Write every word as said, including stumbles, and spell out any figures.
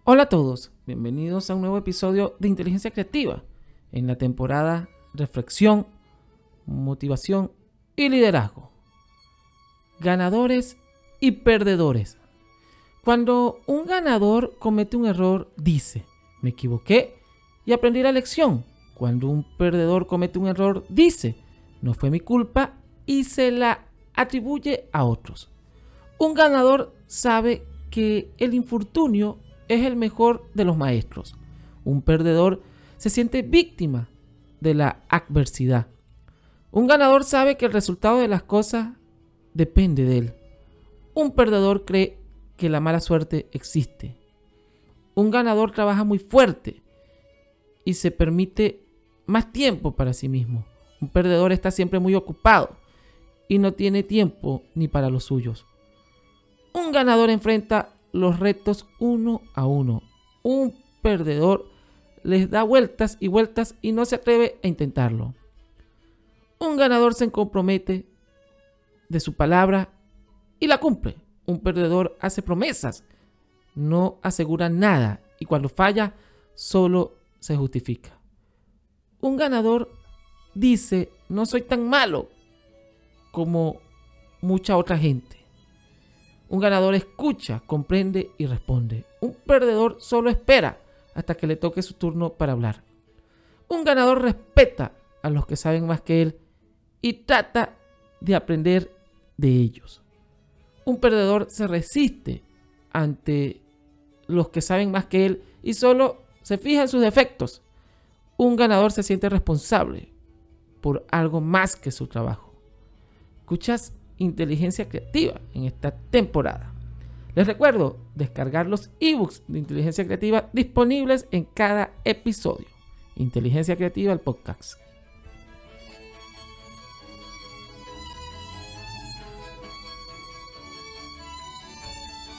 Hola a todos, bienvenidos a un nuevo episodio de Inteligencia Creativa en la temporada Reflexión, Motivación y Liderazgo. Ganadores y perdedores. Cuando un ganador comete un error, dice, me equivoqué y aprendí la lección. Cuando un perdedor comete un error, dice, no fue mi culpa y se la atribuye a otros. Un ganador sabe que el infortunio es el mejor de los maestros. Un perdedor se siente víctima de la adversidad. Un ganador sabe que el resultado de las cosas depende de él. Un perdedor cree que la mala suerte existe. Un ganador trabaja muy fuerte y se permite más tiempo para sí mismo. Un perdedor está siempre muy ocupado y no tiene tiempo ni para los suyos. Un ganador enfrenta los retos uno a uno. Un perdedor les da vueltas y vueltas y no se atreve a intentarlo. Un ganador se compromete de su palabra y la cumple. Un perdedor hace promesas, no asegura nada y cuando falla solo se justifica. Un ganador dice, no soy tan malo como mucha otra gente. Un ganador escucha, comprende y responde. Un perdedor solo espera hasta que le toque su turno para hablar. Un ganador respeta a los que saben más que él y trata de aprender de ellos. Un perdedor se resiste ante los que saben más que él y solo se fija en sus defectos. Un ganador se siente responsable por algo más que su trabajo. ¿Escuchas Inteligencia Creativa en esta temporada? Les recuerdo descargar los ebooks de Inteligencia Creativa disponibles en cada episodio. Inteligencia Creativa, el podcast.